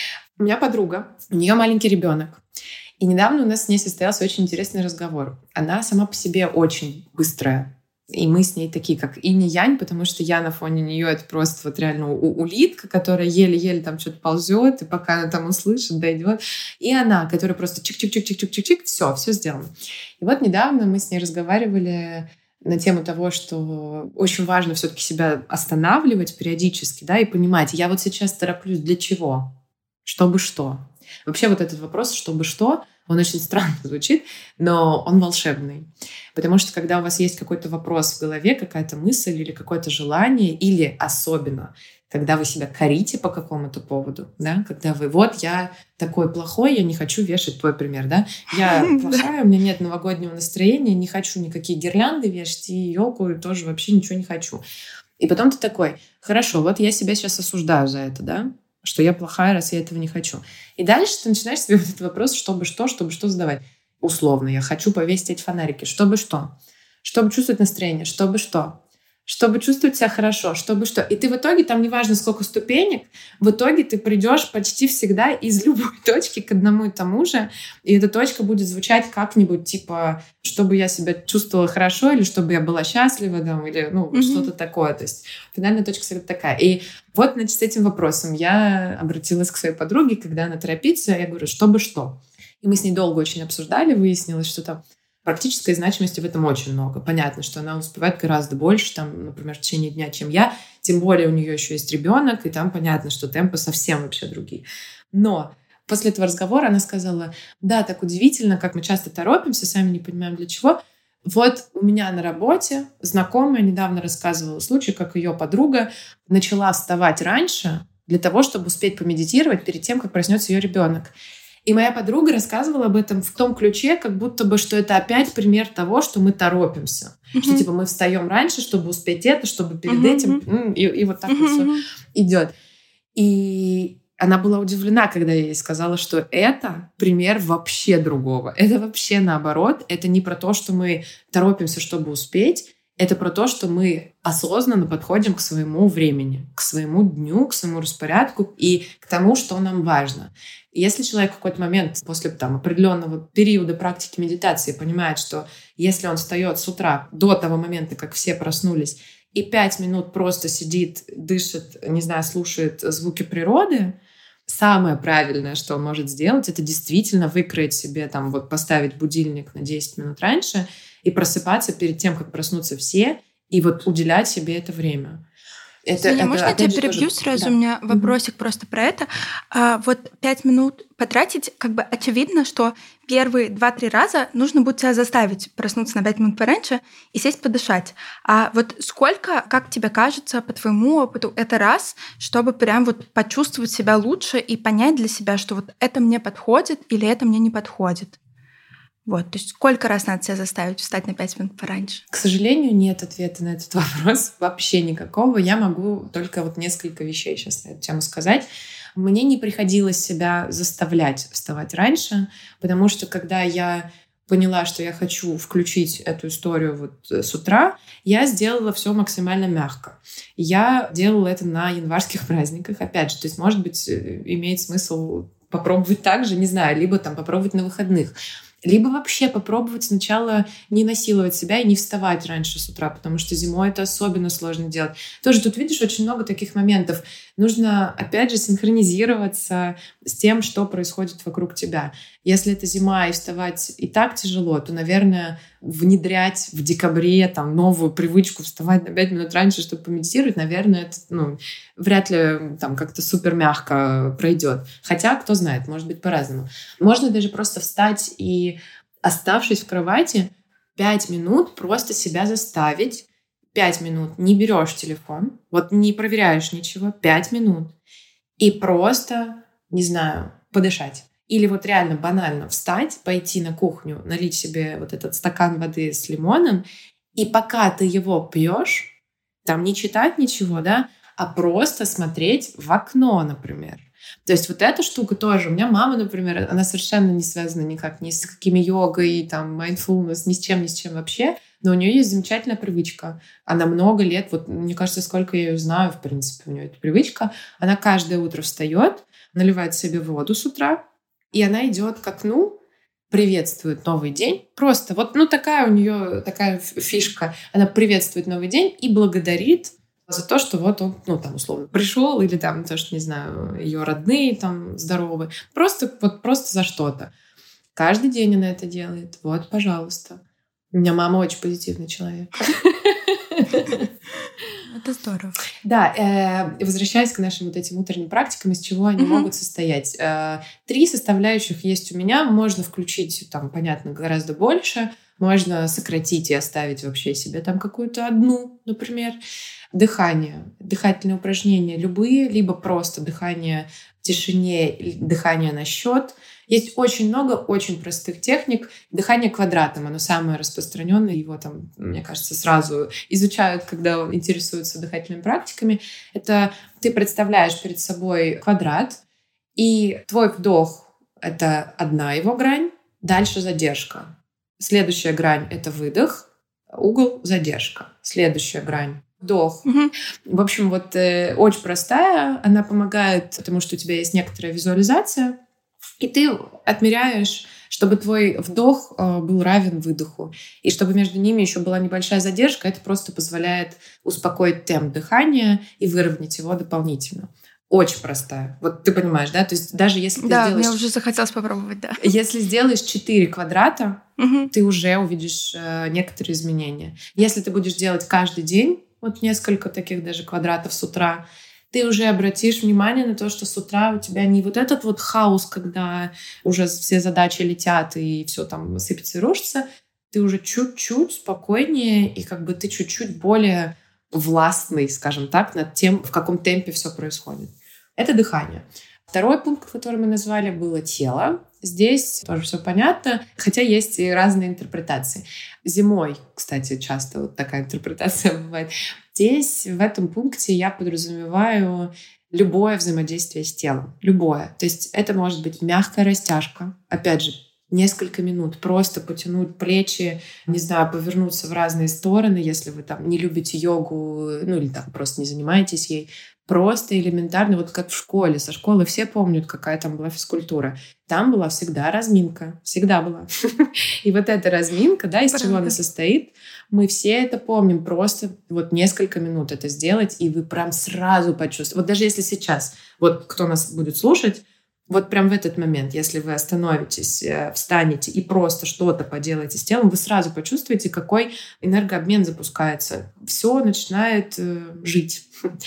C: У меня подруга, у нее маленький ребенок. И недавно у нас с ней состоялся очень интересный разговор. Она сама по себе очень быстрая. И мы с ней такие, как инь и янь, потому что я на фоне нее это просто вот реально улитка, которая еле-еле там что-то ползет, и пока она там услышит, дойдет. И она, которая просто чик-чик-чик-чик-чик-чик, все, все сделано. И вот недавно мы с ней разговаривали на тему того, что очень важно все-таки себя останавливать периодически, да, и понимать, я вот сейчас тороплюсь для чего? Чтобы что? Вообще вот этот вопрос «чтобы что?» он очень странно звучит, но он волшебный. Потому что когда у вас есть какой-то вопрос в голове, какая-то мысль или какое-то желание, или особенно, когда вы себя корите по какому-то поводу, да, когда вы, вот я такой плохой, я не хочу вешать твой пример, да, я плохая, у меня нет новогоднего настроения, не хочу никакие гирлянды вешать, и елку тоже вообще ничего не хочу. И потом ты такой, хорошо, вот я себя сейчас осуждаю за это, да, что я плохая, раз я этого не хочу. И дальше ты начинаешь себе вот этот вопрос, чтобы что, чтобы что задавать. Условно, я хочу повесить эти фонарики. Чтобы что? Чтобы чувствовать настроение. Чтобы что? Чтобы чувствовать себя хорошо. Чтобы что? И ты в итоге, там неважно сколько ступенек, в итоге ты придешь почти всегда из любой точки к одному и тому же. И эта точка будет звучать как-нибудь типа, чтобы я себя чувствовала хорошо, или чтобы я была счастлива, там, или ну, mm-hmm. что-то такое. То есть финальная точка всегда такая. И вот, значит, с этим вопросом я обратилась к своей подруге, когда она торопится, я говорю, чтобы что? И мы с ней долго очень обсуждали, выяснилось, что там практической значимости в этом очень много. Понятно, что она успевает гораздо больше, там, например, в течение дня, чем я. Тем более у нее еще есть ребенок, и там понятно, что темпы совсем вообще другие. Но после этого разговора она сказала, да, так удивительно, как мы часто торопимся, сами не понимаем для чего. Вот у меня на работе знакомая недавно рассказывала случай, как ее подруга начала вставать раньше для того, чтобы успеть помедитировать перед тем, как проснется ее ребенок. И моя подруга рассказывала об этом в том ключе, как будто бы, что это опять пример того, что мы торопимся. Mm-hmm. Что типа мы встаем раньше, чтобы успеть это, чтобы перед mm-hmm. этим... И, и вот так mm-hmm. вот все идет. И она была удивлена, когда я ей сказала, что это пример вообще другого. Это вообще наоборот. Это не про то, что мы торопимся, чтобы успеть. Это про то, что мы осознанно подходим к своему времени, к своему дню, к своему распорядку и к тому, что нам важно. И если человек в какой-то момент после там, определенного периода практики медитации понимает, что если он встает с утра до того момента, как все проснулись, и пять минут просто сидит, дышит, не знаю, слушает звуки природы, самое правильное, что он может сделать, это действительно выкроить себе, там, вот, поставить будильник на десять минут раньше и просыпаться перед тем, как проснутся все, и вот уделять себе это время. Это,
B: Соня,
C: это,
B: можно я тебя перебью
C: тоже...
B: сразу?
C: Да.
B: У меня вопросик mm-hmm. просто про это. А, вот пять минут потратить, как бы очевидно, что первые два-три раза нужно будет себя заставить проснуться на пять минут пораньше и сесть подышать. А вот сколько, как тебе кажется, по твоему опыту, это раз, чтобы прям вот почувствовать себя лучше и понять для себя, что вот это мне подходит или это мне не подходит? Вот, то есть сколько раз надо себя заставить встать на пять минут пораньше?
C: К сожалению, нет ответа на этот вопрос вообще никакого. Я могу только вот несколько вещей сейчас на эту тему сказать. Мне не приходилось себя заставлять вставать раньше, потому что когда я поняла, что я хочу включить эту историю вот с утра, я сделала все максимально мягко. Я делала это на январских праздниках, опять же, то есть, может быть, имеет смысл попробовать так же, не знаю, либо там попробовать на выходных. Либо вообще попробовать сначала не насиловать себя и не вставать раньше с утра, потому что зимой это особенно сложно делать. Тоже тут, видишь, очень много таких моментов. Нужно, опять же, синхронизироваться с тем, что происходит вокруг тебя. Если это зима и вставать и так тяжело, то, наверное, внедрять в декабре там, новую привычку вставать на пять минут раньше, чтобы помедитировать, наверное, это ну, вряд ли там, как-то супер мягко пройдет. Хотя, кто знает, может быть, по-разному. Можно даже просто встать и, оставшись в кровати, пять минут просто себя заставить. Пять минут не берешь телефон, вот не проверяешь ничего, пять минут. И просто, не знаю, подышать. Или вот реально банально встать, пойти на кухню, налить себе вот этот стакан воды с лимоном И пока ты его пьешь, там не читать ничего, да, а просто смотреть в окно, например. То есть вот эта штука тоже. У меня мама, например, она совершенно не связана никак ни с какими йогой, там, mindfulness, ни с чем, ни с чем вообще. Но у нее есть замечательная привычка. Она много лет, вот мне кажется, сколько я ее знаю, в принципе, у нее эта привычка. Она каждое утро встает, наливает себе воду с утра, и она идет к окну, приветствует новый день. Просто вот, ну, такая у нее такая фишка. Она приветствует новый день и благодарит за то, что вот он, ну, там, условно, пришел, или там, то, что, не знаю, ее родные там здоровы. Просто, вот, просто за что-то. Каждый день она это делает. Вот, пожалуйста. У меня мама очень позитивный человек.
B: Это здорово.
C: Да, э, возвращаясь к нашим вот этим утренним практикам, из чего они mm-hmm. могут состоять. Э, три составляющих есть у меня. Можно включить, там, понятно, гораздо больше. Можно сократить и оставить вообще себе там какую-то одну, например. Дыхание, дыхательные упражнения любые, либо просто дыхание в тишине, дыхание на счет. Есть очень много очень простых техник. Дыхание квадратом, оно самое распространенное. Его там, мне кажется, сразу изучают, когда интересуются дыхательными практиками. Это ты представляешь перед собой квадрат, и твой вдох — это одна его грань, дальше задержка. Следующая грань — это выдох, угол — задержка. Следующая грань — вдох.
B: Угу.
C: В общем, вот э, очень простая. Она помогает, потому что у тебя есть некоторая визуализация, и ты отмеряешь, чтобы твой вдох э, был равен выдоху. И чтобы между ними еще была небольшая задержка, это просто позволяет успокоить темп дыхания и выровнять его дополнительно. Очень простая. Вот ты понимаешь, да? То есть даже если ты
B: да,
C: сделаешь...
B: мне уже захотелось попробовать, да.
C: Если сделаешь четыре квадрата,
B: угу.
C: ты уже увидишь э, некоторые изменения. Если ты будешь делать каждый день, вот несколько таких даже квадратов с утра, ты уже обратишь внимание на то, что с утра у тебя не вот этот вот хаос, когда уже все задачи летят и все там сыпется и рушится, ты уже чуть-чуть спокойнее и как бы ты чуть-чуть более властный, скажем так, над тем, в каком темпе все происходит. Это дыхание. Второй пункт, который мы назвали, было тело. Здесь тоже все понятно, хотя есть и разные интерпретации. Зимой, кстати, часто вот такая интерпретация бывает. Здесь, в этом пункте, я подразумеваю любое взаимодействие с телом. Любое. То есть это может быть мягкая растяжка. Опять же, несколько минут просто потянуть плечи, не знаю, повернуться в разные стороны, если вы там не любите йогу, ну или там просто не занимаетесь ей. Просто элементарно, вот как в школе. Со школы все помнят, какая там была физкультура. Там была всегда разминка. Всегда была. И вот эта разминка, да, из чего она состоит, мы все это помним. Просто вот несколько минут это сделать, и вы прям сразу почувствуете. Вот даже если сейчас, вот кто нас будет слушать, вот прям в этот момент, если вы остановитесь, встанете и просто что-то поделаете с телом, вы сразу почувствуете, какой энергообмен запускается. Все начинает э, жить.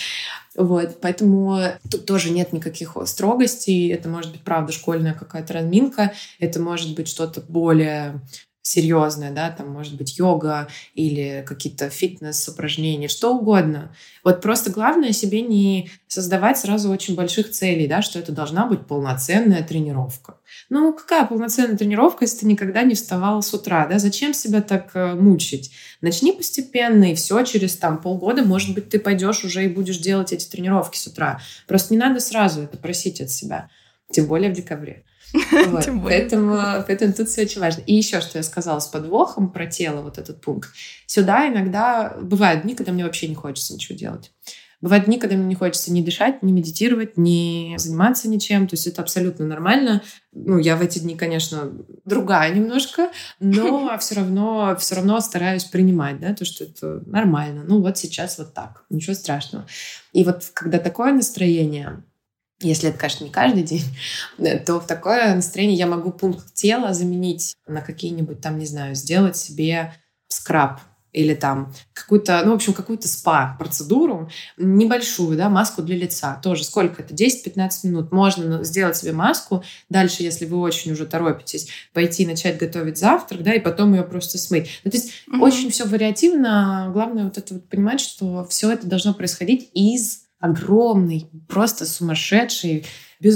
C: Вот, поэтому тут тоже нет никаких строгостей. Это может быть, правда, школьная какая-то разминка. Это может быть что-то более серьезное, да, там может быть йога или какие-то фитнес-упражнения, что угодно. Вот просто главное себе не создавать сразу очень больших целей, да, что это должна быть полноценная тренировка. Ну, какая полноценная тренировка, если ты никогда не вставала с утра, да? Зачем себя так э, мучить? Начни постепенно, и все, через там полгода, может быть, ты пойдешь уже и будешь делать эти тренировки с утра. Просто не надо сразу это просить от себя, тем более в декабре. Вот. Поэтому, поэтому тут все очень важно. И еще, что я сказала с подвохом про тело, вот этот пункт. Сюда иногда бывают дни, когда мне вообще не хочется ничего делать. Бывают дни, когда мне не хочется ни дышать, ни медитировать, ни заниматься ничем. То есть это абсолютно нормально. Ну, я в эти дни, конечно, другая немножко, но все равно, все равно стараюсь принимать, да, то, что это нормально. Ну, вот сейчас вот так. Ничего страшного. И вот когда такое настроение... Если это, конечно, не каждый день, то в такое настроение я могу пункт тела заменить на какие-нибудь там, не знаю, сделать себе скраб или там какую-то, ну, в общем, какую-то спа-процедуру, небольшую, да, маску для лица. Тоже сколько это? десять-пятнадцать минут. Можно сделать себе маску. Дальше, если вы очень уже торопитесь, пойти начать готовить завтрак, да, и потом ее просто смыть. Ну, то есть mm-hmm. очень все вариативно. Главное вот это вот понимать, что все это должно происходить из огромной, просто сумасшедшей,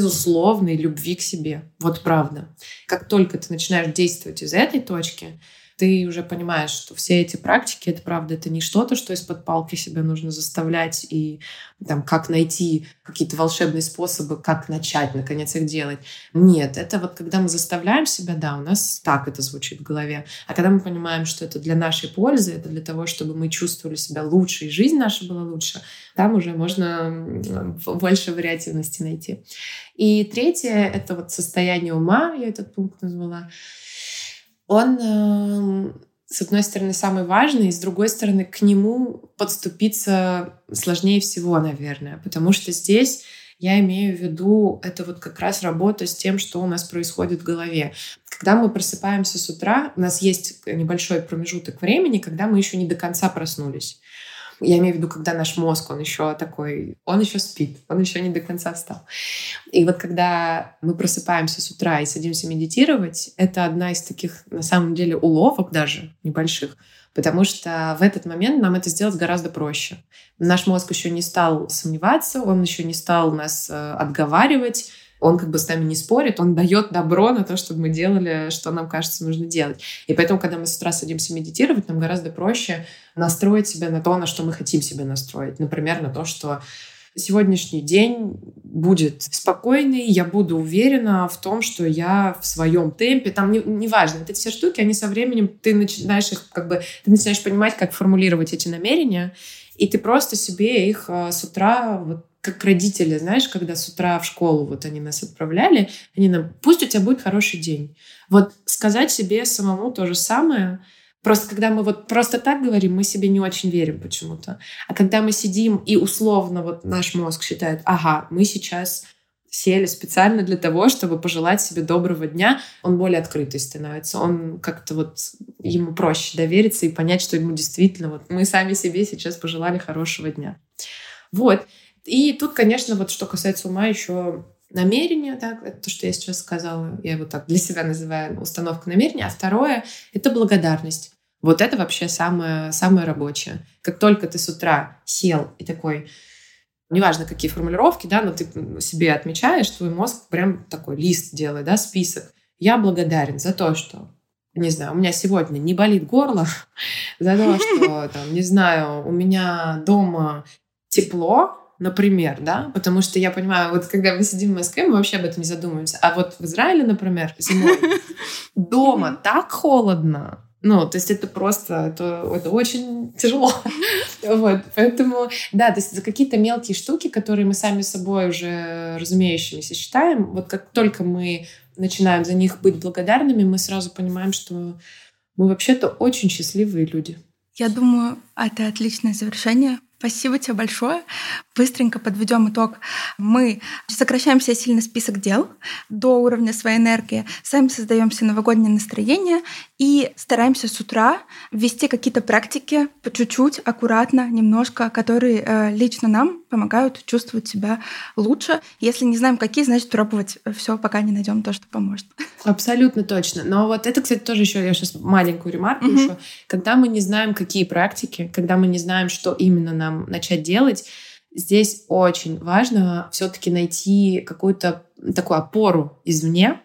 C: безусловной любви к себе. Вот правда. Как только ты начинаешь действовать из этой точки, ты уже понимаешь, что все эти практики, это правда, это не что-то, что из-под палки себя нужно заставлять и там как найти какие-то волшебные способы, как начать, наконец, их делать. Нет, это вот когда мы заставляем себя, да, у нас так это звучит в голове. А когда мы понимаем, что это для нашей пользы, это для того, чтобы мы чувствовали себя лучше и жизнь наша была лучше, там уже можно больше вариативности найти. И третье — это вот состояние ума, я этот пункт назвала. Он, с одной стороны, самый важный, и с другой стороны, к нему подступиться сложнее всего, наверное, потому что здесь я имею в виду, это вот как раз работа с тем, что у нас происходит в голове. Когда мы просыпаемся с утра, у нас есть небольшой промежуток времени, когда мы еще не до конца проснулись. Я имею в виду, когда наш мозг, он еще такой, он еще спит, он еще не до конца встал. И вот когда мы просыпаемся с утра и садимся медитировать, это одна из таких, на самом деле, уловок даже небольших, потому что в этот момент нам это сделать гораздо проще. Наш мозг еще не стал сомневаться, он еще не стал нас отговаривать, он как бы с нами не спорит, он дает добро на то, чтобы мы делали, что нам кажется нужно делать. И поэтому, когда мы с утра садимся медитировать, нам гораздо проще настроить себя на то, на что мы хотим себя настроить. Например, на то, что сегодняшний день будет спокойный, я буду уверена в том, что я в своем темпе. Там не, не важно, вот эти все штуки, они со временем, ты начинаешь их как бы, ты начинаешь понимать, как формулировать эти намерения, и ты просто себе их с утра вот как родители, знаешь, когда с утра в школу вот они нас отправляли, они нам, пусть у тебя будет хороший день. Вот сказать себе самому то же самое. Просто когда мы вот просто так говорим, мы себе не очень верим почему-то. А когда мы сидим и условно вот наш мозг считает, ага, мы сейчас сели специально для того, чтобы пожелать себе доброго дня, он более открытый становится. Он как-то вот, ему проще довериться и понять, что ему действительно вот мы сами себе сейчас пожелали хорошего дня. Вот. И тут, конечно, вот что касается ума, еще намерение, так, это то, что я сейчас сказала, я его так для себя называю установка намерения, а второе — это благодарность. Вот это вообще самое, самое рабочее. Как только ты с утра сел и такой, неважно, какие формулировки, да, но ты себе отмечаешь, твой мозг прям такой лист делает, да, список. Я благодарен за то, что, не знаю, у меня сегодня не болит горло, за то, что, там, не знаю, у меня дома тепло, например, да, потому что я понимаю, вот когда мы сидим в Москве, мы вообще об этом не задумываемся. А вот в Израиле, например, зимой дома так холодно, ну, то есть это просто, это, это очень тяжело. Вот, поэтому, да, то есть за какие-то мелкие штуки, которые мы сами собой уже разумеющимися считаем, вот как только мы начинаем за них быть благодарными, мы сразу понимаем, что мы вообще-то очень счастливые люди.
B: Я думаю, это отличное завершение. Спасибо тебе большое. Быстренько подведем итог. Мы сокращаем себе сильно список дел до уровня своей энергии, сами создаем себе новогоднее настроение и стараемся с утра ввести какие-то практики по чуть-чуть, аккуратно, немножко, которые лично нам помогают чувствовать себя лучше. Если не знаем, какие, значит, пробовать все, пока не найдем то, что поможет.
C: Абсолютно точно. Но вот это, кстати, тоже еще, я сейчас маленькую ремарку mm-hmm. еще. Когда мы не знаем, какие практики, когда мы не знаем, что именно нам начать делать, здесь очень важно все-таки найти какую-то такую опору извне.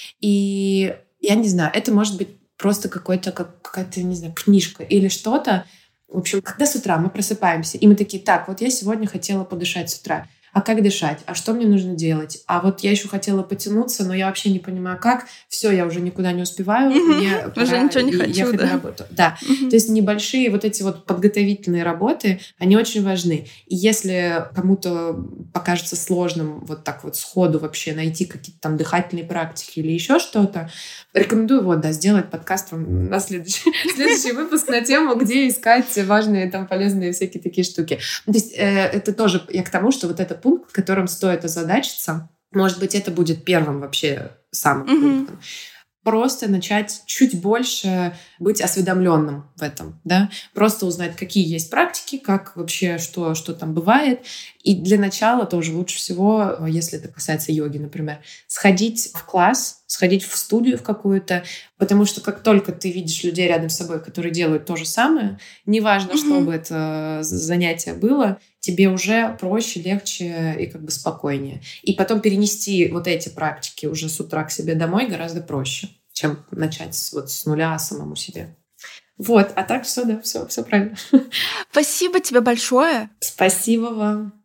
C: И я не знаю, это может быть просто какой-то, как, какая-то, не знаю, книжка или что-то. В общем, когда с утра мы просыпаемся, и мы такие, так, вот я сегодня хотела подышать с утра. А как дышать? А что мне нужно делать? А вот я еще хотела потянуться, но я вообще не понимаю, как. Все, я уже никуда не успеваю.
B: Mm-hmm.
C: Мне
B: уже ничего не хочу,
C: ехать
B: да.
C: на работу. Да. Mm-hmm. То есть небольшие вот эти вот подготовительные работы, они очень важны. И если кому-то покажется сложным вот так вот сходу вообще найти какие-то там дыхательные практики или еще что-то, рекомендую вот, да, сделать подкаст вам на следующий, следующий выпуск на тему, где искать важные там полезные всякие такие штуки. То есть э, это тоже я к тому, что вот это пункт, которым стоит озадачиться. Может быть, это будет первым вообще самым mm-hmm. пунктом. Просто начать чуть больше быть осведомленным в этом, да, просто узнать, какие есть практики, как вообще, что, что там бывает. И для начала тоже лучше всего, если это касается йоги, например, сходить в класс, сходить в студию в какую-то, потому что как только ты видишь людей рядом с собой, которые делают то же самое, неважно, mm-hmm. что бы это занятие было, тебе уже проще, легче и как бы спокойнее. И потом перенести вот эти практики уже с утра к себе домой гораздо проще, чем начать с, вот с нуля самому себе. Вот, а так все, да, все, все правильно.
B: Спасибо тебе большое.
C: Спасибо вам.